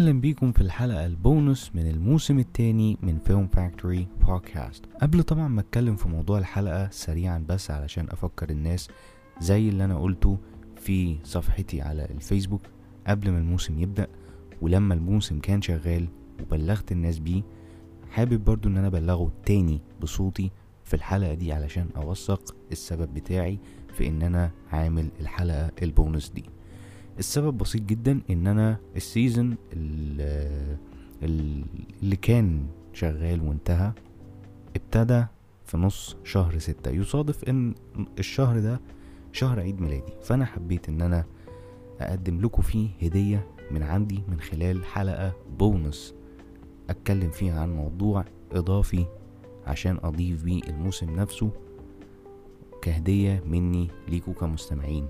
أهلا بيكم في الحلقة البونus من الموسم الثاني من فيلم فاكتوري بودكاست. قبل طبعا ما اتكلم في موضوع الحلقة سريعا بس علشان أفكر الناس زي اللي أنا قلته في صفحتي على الفيسبوك قبل ما الموسم يبدأ ولما الموسم كان شغال وبلغت الناس بيه، حابب برضو ان انا بلغه تاني بصوتي في الحلقة دي علشان اوثق السبب بتاعي في ان انا عامل الحلقة البونس دي. السبب بسيط جدا، ان انا السيزن اللي كان شغال وانتهى ابتدى في نص شهر 6، يصادف ان الشهر ده شهر عيد ميلادي، فانا حبيت ان انا اقدم لكم فيه هدية من عندي من خلال حلقة بونس اتكلم فيها عن موضوع اضافي عشان اضيف بيه الموسم نفسه كهدية مني ليكوا كمستمعين.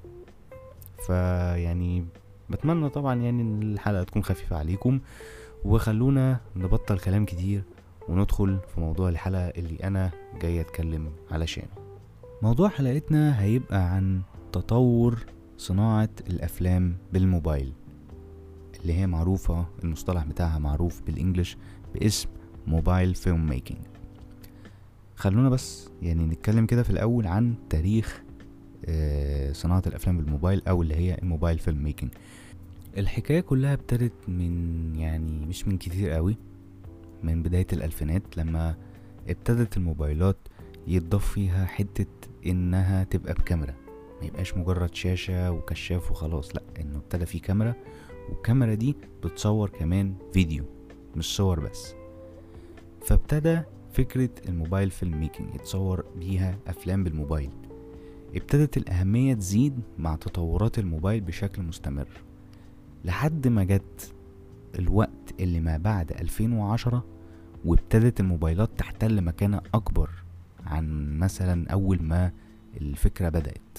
فيعني بتمنى طبعا ان الحلقة تكون خفيفة عليكم، وخلونا نبطل كلام كتير وندخل في موضوع الحلقة اللي انا جاي اتكلم علشانه. موضوع حلقتنا هيبقى عن تطور صناعة الافلام بالموبايل، اللي هي معروفة، المصطلح بتاعها معروف بالانجليش باسم موبايل فيلم ميكينج. خلونا بس نتكلم كده في الاول عن تاريخ صناعة الافلام بالموبايل او اللي هي الموبايل فيلم ميكينج. الحكاية كلها ابتدت من مش من كتير قوي، من بداية الالفينات لما ابتدت الموبايلات يتضاف فيها حتة انها تبقى بكاميرا، ما يبقاش مجرد شاشة وكشاف وخلاص، لا، انه ابتدى في كاميرا، والكاميرا دي بتصور كمان فيديو مش صور بس. فابتدى فكرة الموبايل فيلم ميكينج يتصور بيها افلام بالموبايل. ابتدت الاهمية تزيد مع تطورات الموبايل بشكل مستمر لحد ما جت الوقت اللي ما بعد 2010، وابتدت الموبايلات تحتل مكانة اكبر عن مثلا اول ما الفكرة بدأت،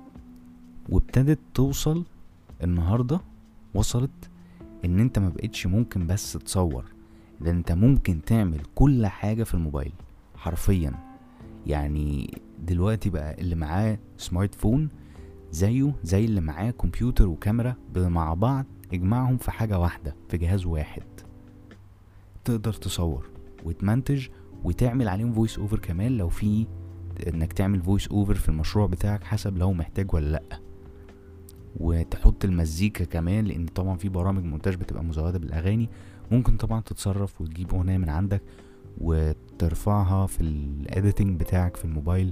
وابتدت توصل النهاردة. وصلت ان انت ما بقتش ممكن بس تصور، ده انت ممكن تعمل كل حاجة في الموبايل حرفيا. دلوقتي بقى اللي معاه سمارت فون زيه زي اللي معاه كمبيوتر وكاميرا مع بعض، اجمعهم في حاجة واحدة في جهاز واحد، تقدر تصور وتمنتج وتعمل عليهم فويس اوفر كمان، لو في انك تعمل فويس اوفر في المشروع بتاعك حسب لو محتاج ولا لأ، وتحط المزيكا كمان، لان طبعا في برامج مونتاج بتبقى مزودة بالاغاني، ممكن طبعا تتصرف وتجيب اغنية من عندك وترفعها في الاديتنج بتاعك في الموبايل.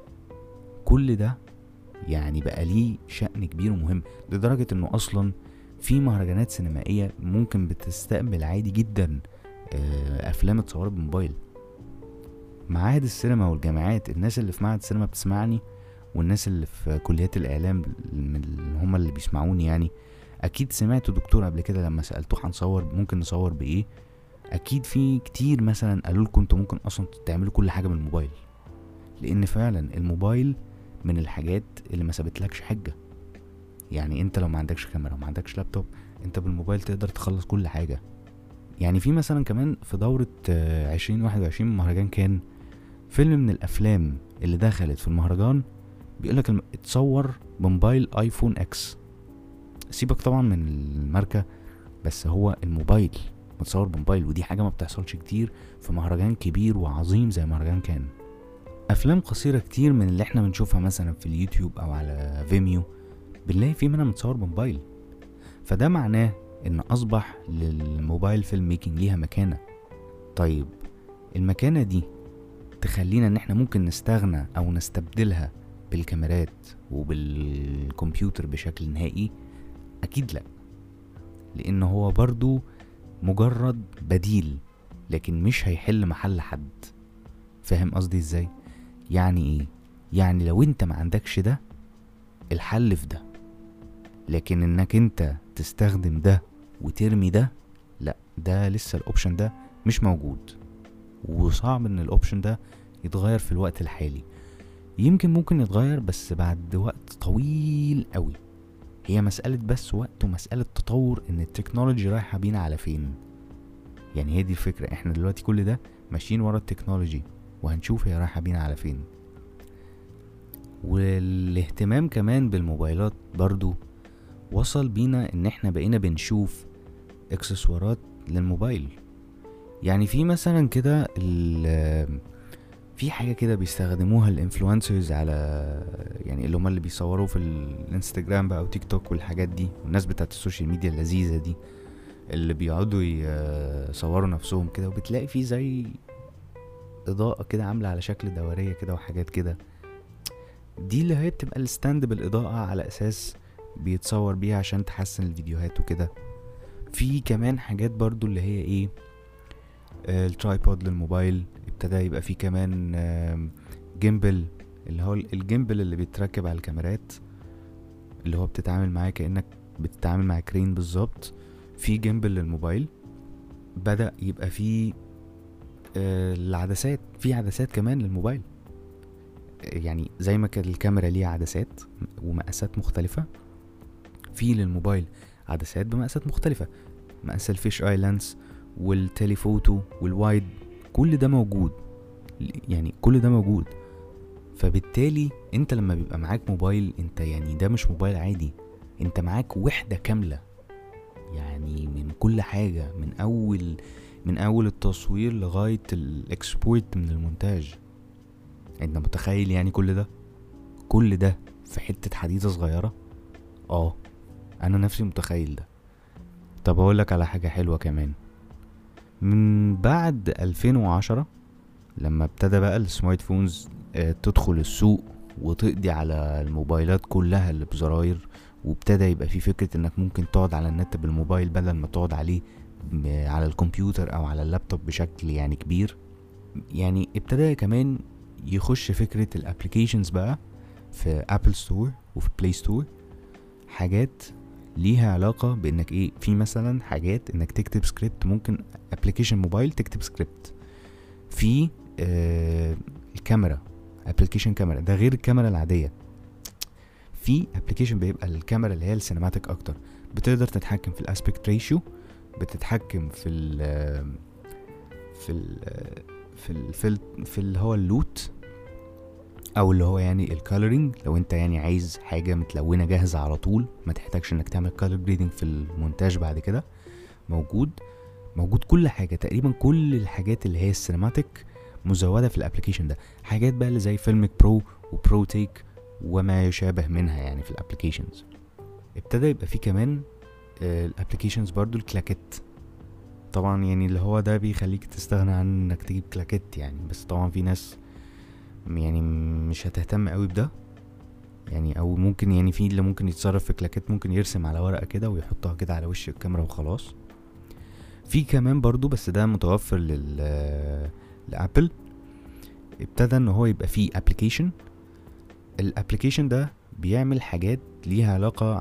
كل ده بقى ليه شأن كبير ومهم، لدرجة انه اصلا في مهرجانات سينمائية ممكن بتستقبل عادي جدا افلام اتصورت بالموبايل. معاهد السينما والجامعات، الناس اللي في معهد السينما بتسمعني، والناس اللي في كليات الاعلام هم اللي بيسمعوني، اكيد سمعتوا دكتور قبل كده لما سألتوه هنصور ممكن نصور بايه، اكيد في كتير مثلا قالوا لكم انتوا ممكن اصلا تعملوا كل حاجة بالموبايل، لان فعلا الموبايل من الحاجات اللي ما سابتلكش حاجة. انت لو ما عندكش كاميرا وما عندكش لابتوب، انت بالموبايل تقدر تخلص كل حاجة. في مثلا كمان في دورة 2021 مهرجان، كان فيلم من الافلام اللي دخلت في المهرجان بيقولك اتصور بموبايل ايفون اكس، سيبك طبعا من الماركة، بس هو الموبايل متصور بموبايل، ودي حاجة ما بتحصلش كتير في مهرجان كبير وعظيم زي مهرجان كان. افلام قصيرة كتير من اللي احنا بنشوفها مثلا في اليوتيوب او على فيميو بنلاقي فيه منها متصور بموبايل، فده معناه ان اصبح للموبايل فيلم ميكينج ليها مكانة. طيب المكانة دي تخلينا ان احنا ممكن نستغنى او نستبدلها بالكاميرات وبالكمبيوتر بشكل نهائي؟ اكيد لا، لان هو برضو مجرد بديل لكن مش هيحل محل حد. فاهم قصدي ازاي؟ ايه؟ لو انت ما عندكش ده، الحل في ده، لكن انك انت تستخدم ده وترمي ده، لا، ده لسه الاوبشن ده مش موجود، وصعب ان الاوبشن ده يتغير في الوقت الحالي. ممكن يتغير بس بعد وقت طويل قوي، هي مسألة بس وقت ومسألة تطور، ان التكنولوجي رايحة بينا على فين. هي دي الفكرة، احنا دلوقتي كل ده ماشيين ورا التكنولوجي، وهنشوف هي رايحة بينا على فين. والاهتمام كمان بالموبايلات برضو وصل بينا ان احنا بقينا بنشوف اكسسوارات للموبايل. يعني في مثلا كده في حاجة كده بيستخدموها الانفلونسرز على، يعني اللي هما اللي بيصوروا في الانستجرام بقى وتيك توك والحاجات دي، والناس بتاعت السوشيال ميديا اللذيذة دي اللي بيقعدوا يصوروا نفسهم كده، وبتلاقي فيه زي اضاءة كده عاملة على شكل دورية كده وحاجات كده. دي اللي هي بتبقى الستاند بالاضاءة على اساس بيتصور بيها عشان تحسن الفيديوهات وكده. في كمان حاجات برضو اللي هي ايه، الترايبود للموبايل. ابتدى يبقى فيه كمان جيمبل، اللي هو الجيمبل اللي بيتركب على الكاميرات، اللي هو بتتعامل معاه كأنك بتتعامل مع كرين بالظبط. في جيمبل للموبايل. بدأ يبقى فيه العدسات، في عدسات كمان للموبايل. يعني زي ما كان الكاميرا ليها عدسات ومقاسات مختلفة، في للموبايل عدسات بمقاسات مختلفة، مقاس الفيش اي لانس والتليفوتو والوايد، كل ده موجود. يعني كل ده موجود. فبالتالي انت لما بيبقى معاك موبايل، انت يعني ده مش موبايل عادي، انت معاك وحدة كاملة، يعني من كل حاجة، من اول التصوير لغاية الاكسبورت من المونتاج. انت متخيل يعني كل ده في حتة حديدة صغيرة؟ انا نفسي متخيل ده. طب اقولك على حاجة حلوة كمان. من بعد 2010 لما ابتدى بقى السمارت فونز تدخل السوق وتقضي على الموبايلات كلها اللي بزراير، وابتدى يبقى في فكرة انك ممكن تقعد على النت بالموبايل بدل ما تقعد عليه على الكمبيوتر او على اللابتوب بشكل يعني كبير. يعني ابتدى كمان يخش فكرة الابليكيشنز بقى في ابل ستور وفي بلاي ستور، حاجات ليها علاقة بانك ايه، في مثلا حاجات انك تكتب سكريبت، ممكن ابليكيشن موبايل تكتب سكريبت في الكاميرا، ابليكيشن كاميرا ده غير الكاميرا العادية. في ابليكيشن بيبقى الكاميرا اللي هي السينماتيك اكتر، بتقدر تتحكم في الاسبكت ريشيو، بتتحكم في في اللي هو اللوت، او اللي هو يعني الكالرينج. لو انت يعني عايز حاجة متلونة جاهزة على طول، ما تحتاجش انك تعمل كالر جريدنج في المونتاج بعد كده، موجود كل حاجة، تقريبا كل الحاجات اللي هي السينماتيك مزودة في الابليكيشن ده. حاجات بقى اللي زي فيلمك برو وبرو تيك وما يشابه منها يعني في الابليكيشنز. ابتدى يبقى فيه كمان الابليكيشنز برضو الكلاكيت. طبعا يعني اللي هو ده بيخليك تستغنى عن انك تجيب كلاكيت يعني، بس طبعا في ناس يعني مش هتهتم قوي بده يعني، او ممكن يعني في اللي ممكن يتصرف في كلاكيت، ممكن يرسم على ورقة كده ويحطها كده على وش الكاميرا وخلاص. في كمان برضو بس ده متوفر لابل، ابتدى ان هو يبقى فيه ابليكيشن. الابليكيشن ده بيعمل حاجات ليها علاقة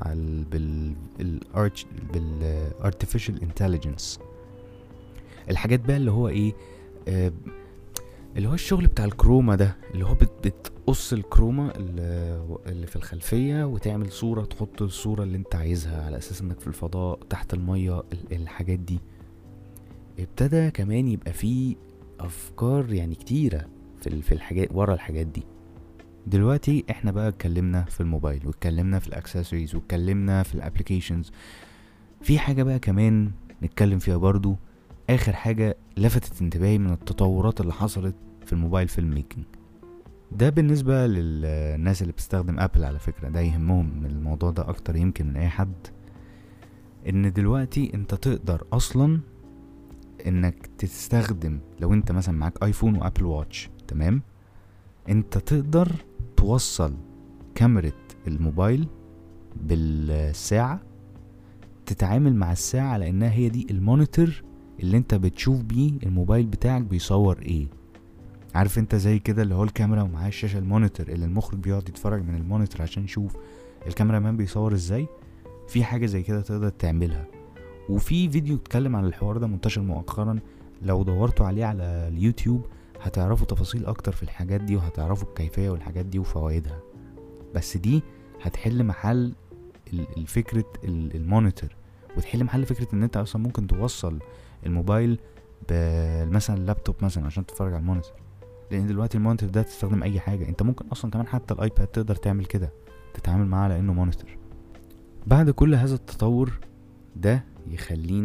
بالارتفيشال انتليجنس. الحاجات بقى اللي هو ايه، اللي هو الشغل بتاع الكروما ده، اللي هو بتقص الكروما اللي في الخلفية وتعمل صورة، تحط الصورة اللي انت عايزها على اساس انك في الفضاء تحت المية، الحاجات دي. ابتدى كمان يبقى فيه افكار يعني كتيرة في الحاجات ورا الحاجات دي. دلوقتي احنا بقى اتكلمنا في الموبايل، واتكلمنا في الاكسسوارز، واتكلمنا في الابليكيشنز. في حاجة بقى كمان نتكلم فيها برضو، اخر حاجة لفتت انتباهي من التطورات اللي حصلت في الموبايل فيلم ميكنج. ده بالنسبة للناس اللي بتستخدم ابل، على فكرة ده يهمهم من الموضوع ده اكتر يمكن من اي حد، ان دلوقتي انت تقدر اصلا انك تستخدم، لو انت مثلا معاك ايفون وابل واتش تمام، انت تقدر توصل كاميرا الموبايل بالساعة، تتعامل مع الساعة لانها هي دي المونيتور اللي انت بتشوف بيه الموبايل بتاعك بيصور ايه. عارف انت زي كده اللي هو الكاميرا ومعاه الشاشة المونيتور اللي المخرج بيقعد يتفرج من المونيتور عشان يشوف الكاميرا مان بيصور ازاي. في حاجة زي كده تقدر تعملها، وفي فيديو اتكلم عن الحوار ده منتشر مؤخرا، لو دورتوا عليه على اليوتيوب هتعرفوا تفاصيل اكتر في الحاجات دي، وهتعرفوا الكيفية والحاجات دي وفوائدها. بس دي هتحل محل الفكرة المونيتور، وتحل محل فكرة ان انت اصلا ممكن توصل الموبايل مثلا اللابتوب مثلا عشان تتفرج على المونيتور، لان دلوقتي المونيتور ده تستخدم اي حاجة. انت ممكن اصلا كمان حتى الايباد تقدر تعمل كده، تتعامل معاه على انه مونيتور. بعد كل هذا التطور ده يخلينا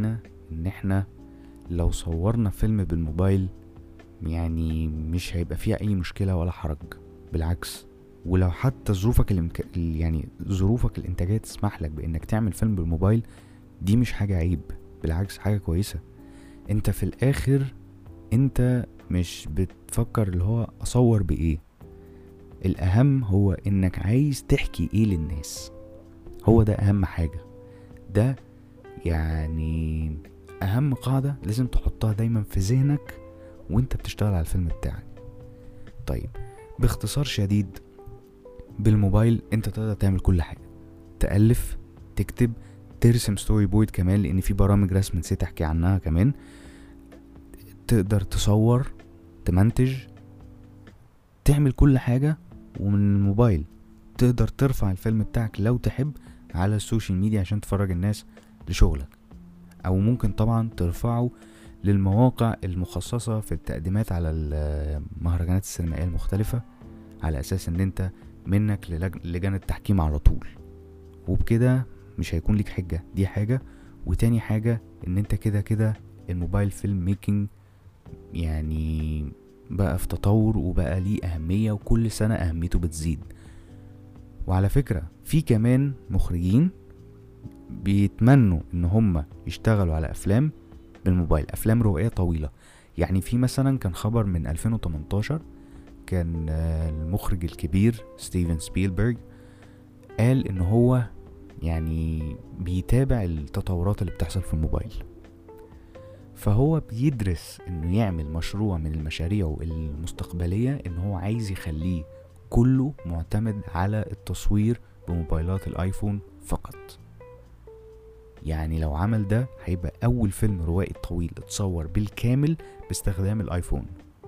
ان احنا لو صورنا فيلم بالموبايل يعني مش هيبقى فيها اي مشكلة ولا حرج، بالعكس. ولو حتى يعني ظروفك الانتاجية تسمح لك بانك تعمل فيلم بالموبايل، دي مش حاجة عيب، بالعكس حاجة كويسة. انت في الاخر انت مش بتفكر اللي هو اصور بايه، الاهم هو انك عايز تحكي ايه للناس، هو ده اهم حاجة. ده يعني اهم قاعدة لازم تحطها دايما في ذهنك وانت بتشتغل على الفيلم بتاعك. طيب باختصار شديد، بالموبايل انت تقدر تعمل كل حاجة، تألف، تكتب، ترسم ستوري بورد كمان، لان في برامج رسم نسيت احكي عنها كمان. تقدر تصور، تمنتج، تعمل كل حاجة. ومن الموبايل تقدر ترفع الفيلم بتاعك لو تحب على السوشيال ميديا عشان تفرج الناس لشغلك، او ممكن طبعا ترفعه للمواقع المخصصة في التقديمات على المهرجانات السينمائية المختلفة، على اساس ان انت منك لجان التحكيم على طول. وبكده مش هيكون ليك حجة، دي حاجة. وتاني حاجة ان انت كده الموبايل فيلم ميكينج يعني بقى في تطور وبقى ليه اهمية، وكل سنة اهميته بتزيد. وعلى فكرة في كمان مخرجين بيتمنوا ان هم يشتغلوا على افلام بالموبايل، افلام روائية طويلة. يعني في مثلا كان خبر من 2018، كان المخرج الكبير ستيفن سبيلبرج قال ان هو يعني بيتابع التطورات اللي بتحصل في الموبايل، فهو بيدرس انه يعمل مشروع من المشاريع المستقبلية ان هو عايز يخليه كله معتمد على التصوير بموبايلات الايفون فقط. يعني لو عمل ده هيبقى اول فيلم روائي طويل اتصور بالكامل باستخدام الايفون.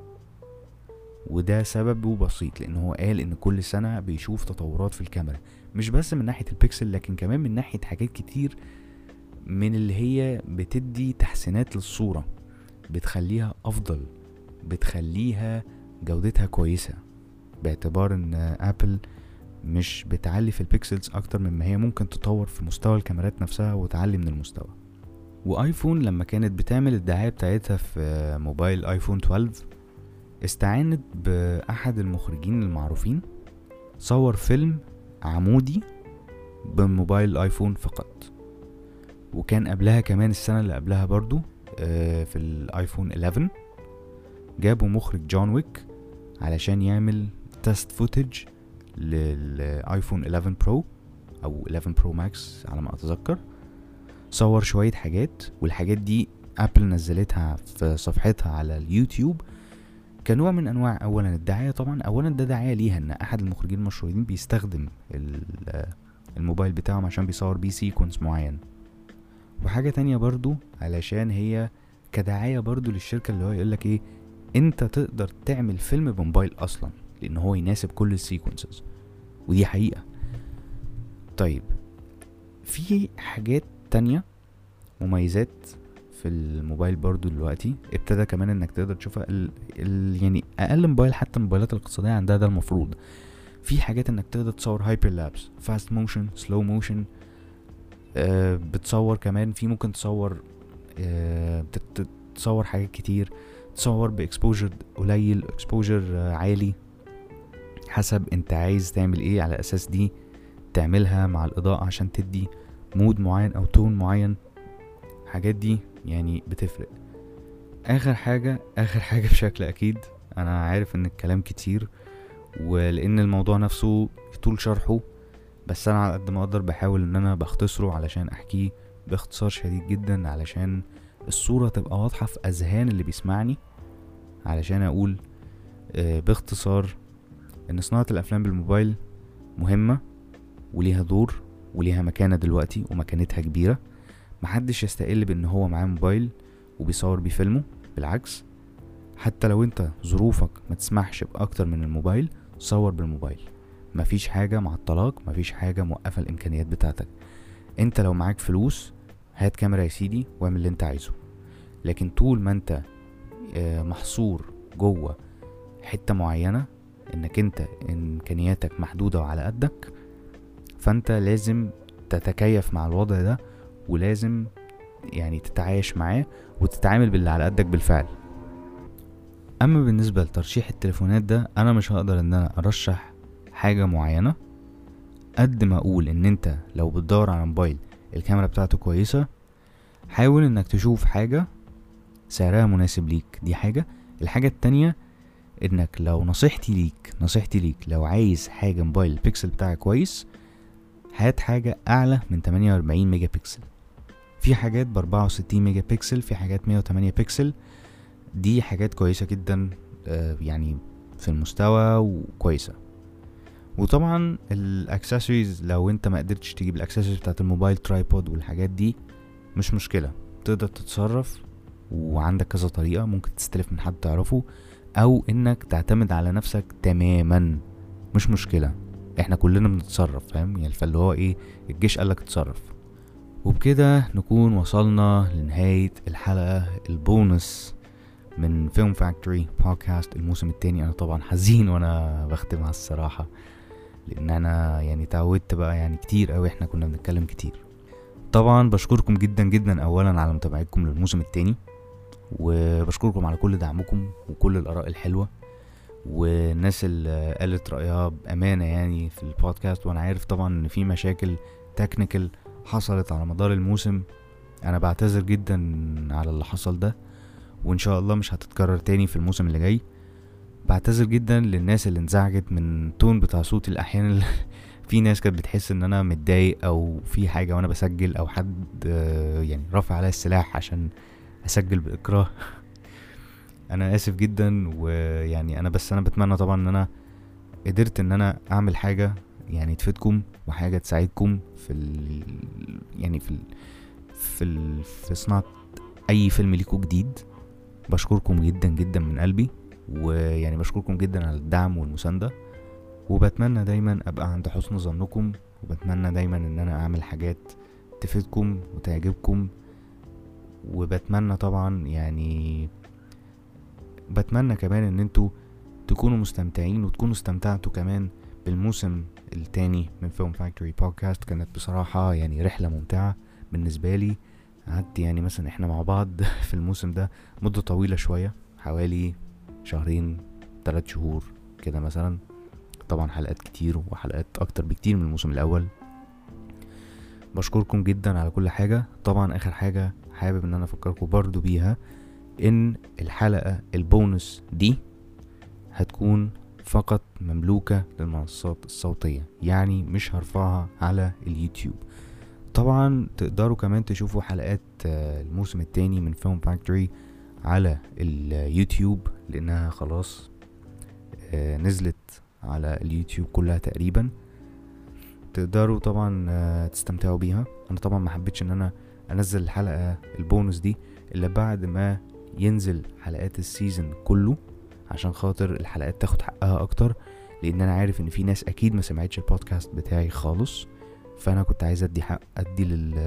وده سببه بسيط، لان هو قال ان كل سنة بيشوف تطورات في الكاميرا، مش بس من ناحية البيكسل لكن كمان من ناحية حاجات كتير من اللي هي بتدي تحسينات للصورة، بتخليها افضل، بتخليها جودتها كويسة، باعتبار ان ابل مش بتعلي في البيكسلز اكتر مما هي ممكن تطور في مستوى الكاميرات نفسها وتعلي من المستوى. وايفون لما كانت بتعمل الدعاية بتاعتها في موبايل ايفون 12 استعانت باحد المخرجين المعروفين، صور فيلم عمودي بموبايل ايفون فقط. وكان قبلها كمان السنة اللي قبلها برضو في الايفون 11 جابوا مخرج جون ويك علشان يعمل تست فوتج للايفون 11 برو او 11 برو ماكس على ما اتذكر. صور شوية حاجات، والحاجات دي ابل نزلتها في صفحتها على اليوتيوب كنوع من انواع اولا الدعاية. طبعا اولا ده دعاية ليها ان احد المخرجين المشهورين بيستخدم الموبايل بتاعهم عشان بيصور بيه سيكونس معين، وحاجة تانية برضو علشان هي كدعاية برضو للشركة، اللي هو يقولك ايه، انت تقدر تعمل فيلم بموبايل اصلا لان هو يناسب كل السيكونسز، ودي حقيقة. طيب في حاجات تانية مميزات في الموبايل برضو دلوقتي ابتدى كمان انك تقدر تشوفها يعني اقل موبايل حتى الموبايلات الاقتصادية عندها ده المفروض. في حاجات انك تقدر تصور هايبر لابس، فاست موشن، سلو موشن. بتصور كمان في ممكن تصور تصور حاجات كتير، تصور باكسبوجر قليل، اكسبوجر عالي، حسب انت عايز تعمل ايه، على اساس دي تعملها مع الاضاءة عشان تدي مود معين او تون معين. حاجات دي يعني بتفرق. اخر حاجة بشكل اكيد، انا عارف ان الكلام كتير ولان الموضوع نفسه طول شرحه، بس انا على قد ما اقدر بحاول ان انا بختصره علشان احكيه باختصار شديد جدا، علشان الصورة تبقى واضحة في اذهان اللي بيسمعني. علشان اقول باختصار ان صناعة الافلام بالموبايل مهمة وليها دور وليها مكانة دلوقتي، ومكانتها كبيرة. محدش يستقل بان هو معاه موبايل وبيصور بيه فيلمه، بالعكس. حتى لو انت ظروفك ما تسمحش باكتر من الموبايل، صور بالموبايل، مفيش حاجة معطلاك، مفيش حاجة موقفة الامكانيات بتاعتك. انت لو معاك فلوس هات كاميرا يا سيدي واعمل اللي انت عايزه، لكن طول ما انت محصور جوه حتة معينة، انك انت امكانياتك محدودة وعلى قدك، فانت لازم تتكيف مع الوضع ده، ولازم يعني تتعايش معاه وتتعامل باللي على قدك بالفعل. اما بالنسبة لترشيح التليفونات ده، انا مش هقدر ان انا ارشح حاجة معينة، قد ما اقول ان انت لو بتدور على موبايل الكاميرا بتاعته كويسة، حاول انك تشوف حاجة سعرها مناسب ليك. دي حاجة. الحاجة التانية، انك لو نصيحتي ليك لو عايز حاجة موبايل البيكسل بتاعها كويس، هات حاجة اعلى من 48 ميجا بيكسل. في حاجات ب 64 ميجا بيكسل، في حاجات 108 بيكسل، دي حاجات كويسة جدا يعني في المستوى وكويسة. وطبعا الاكسسوارز، لو انت ما قدرتش تجيب الاكسسوارز بتاعت الموبايل، ترايبود والحاجات دي، مش مشكلة، تقدر تتصرف، وعندك كذا طريقة. ممكن تستلف من حد تعرفه، او انك تعتمد على نفسك تماما، مش مشكلة، احنا كلنا بنتصرف، فاهم يعني؟ فاللي هو ايه، الجيش قالك تتصرف. وبكده نكون وصلنا لنهاية الحلقة البونس من فيلم فاكتوري بودكاست الموسم التاني. انا طبعا حزين وانا بختمها الصراحة، لان انا يعني تعودت بقى يعني كتير قوي، احنا كنا بنتكلم كتير. طبعا بشكركم جدا جدا اولا على متابعتكم للموسم التاني، وبشكركم على كل دعمكم وكل الاراء الحلوة والناس اللي قالت رأيها بأمانة يعني في البودكاست. وانا عارف طبعا ان في مشاكل تكنيكال حصلت على مدار الموسم، انا بعتذر جدا على اللي حصل ده، وان شاء الله مش هتتكرر تاني في الموسم اللي جاي. بعتذر جدا للناس اللي انزعجت من تون بتاع صوتي الاحيان في ناس كانت بتحس ان انا متضايق او في حاجة وانا بسجل، او حد يعني رافع عليا السلاح عشان اسجل باكراه. انا اسف جدا، ويعني انا بتمنى طبعا ان انا قدرت ان انا اعمل حاجة يعني تفيدكم وحاجة تساعدكم في يعني في صناعة اي فيلم ليكو جديد. بشكركم جدا جدا من قلبي، ويعني بشكركم جدا على الدعم والمساندة، وبتمنى دايما ابقى عند حسن ظنكم، وبتمنى دايما ان انا اعمل حاجات تفيدكم وتعجبكم. وبتمنى طبعا يعني بتمنى كمان ان انتوا تكونوا مستمتعين، وتكونوا استمتعتوا كمان بالموسم التاني من فيلم فاكتوري بودكاست. كانت بصراحة يعني رحلة ممتعة بالنسبة لي. قعدت يعني مثلا احنا مع بعض في الموسم ده مدة طويلة شوية، حوالي 2-3 شهور كده مثلا. طبعا حلقات كتير وحلقات اكتر بكتير من الموسم الاول. بشكركم جدا على كل حاجة. طبعا اخر حاجة حابب ان انا افكركم برضو بيها، ان الحلقة البونس دي هتكون فقط مملوكة للمنصات الصوتية، يعني مش هرفعها على اليوتيوب. طبعا تقدروا كمان تشوفوا حلقات الموسم التاني من فيلم فاكتوري على اليوتيوب، لانها خلاص نزلت على اليوتيوب كلها تقريبا. تقدروا طبعا تستمتعوا بيها. انا طبعا ما حبيتش ان انا انزل الحلقة البونس دي الا بعد ما ينزل حلقات السيزن كله، عشان خاطر الحلقات تاخد حقها اكتر، لان انا عارف ان في ناس اكيد ما سمعتش البودكاست بتاعي خالص. فانا كنت عايز ادي حق، ادي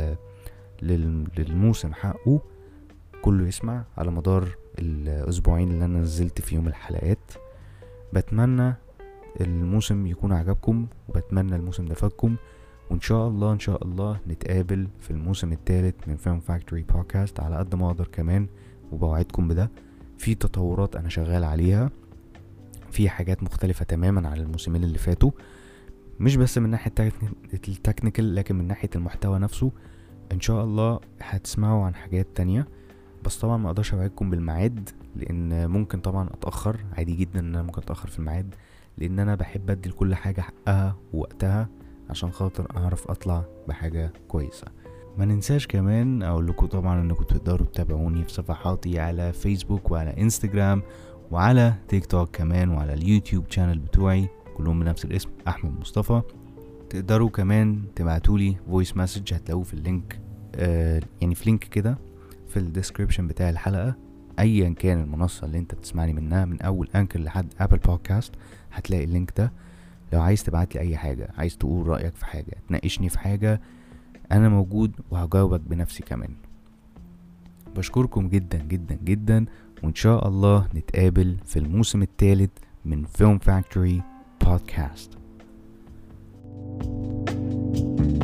للموسم حقه كله يسمع على مدار الاسبوعين اللي انا نزلت فيهم الحلقات. بتمنى الموسم يكون عجبكم، وبتمنى الموسم ده فادكم، وان شاء الله نتقابل في الموسم الثالث من فيلم فاكتوري بودكاست على قد ما اقدر كمان. وبوعدكم بده، في تطورات انا شغال عليها، في حاجات مختلفة تماما عن الموسمين اللي فاتوا، مش بس من ناحية التكنيكال لكن من ناحية المحتوى نفسه. ان شاء الله هتسمعوا عن حاجات تانية، بس طبعا ما اقدرش اوعدكم بالميعاد، لان ممكن طبعا اتأخر، عادي جدا ان انا ممكن اتأخر في الميعاد، لان انا بحب ادي لكل حاجة حقها ووقتها عشان خاطر اعرف اطلع بحاجة كويسة. ما ننساش كمان اقول لكم طبعا انكم تقدروا تتابعوني في صفحاتي على فيسبوك وعلى انستجرام وعلى تيك توك كمان، وعلى اليوتيوب شانل بتوعي كلهم بنفس الاسم، احمد مصطفى. تقدروا كمان تبعتولي فويس مسج، هتلاقوه في اللينك يعني في لينك كده في الديسكريبشن بتاع الحلقة. ايا كان المنصة اللي انت بتسمعني منها، من اول انكر لحد ابل بودكاست، هتلاقي اللينك ده. لو عايز تبعتلي اي حاجة، عايز تقول رأيك في حاجة، تناقشني في حاجة، انا موجود وهجاوبك بنفسي كمان. بشكركم جدا جدا جدا، وان شاء الله نتقابل في الموسم الثالث من فيلم فاكتوري بودكاست.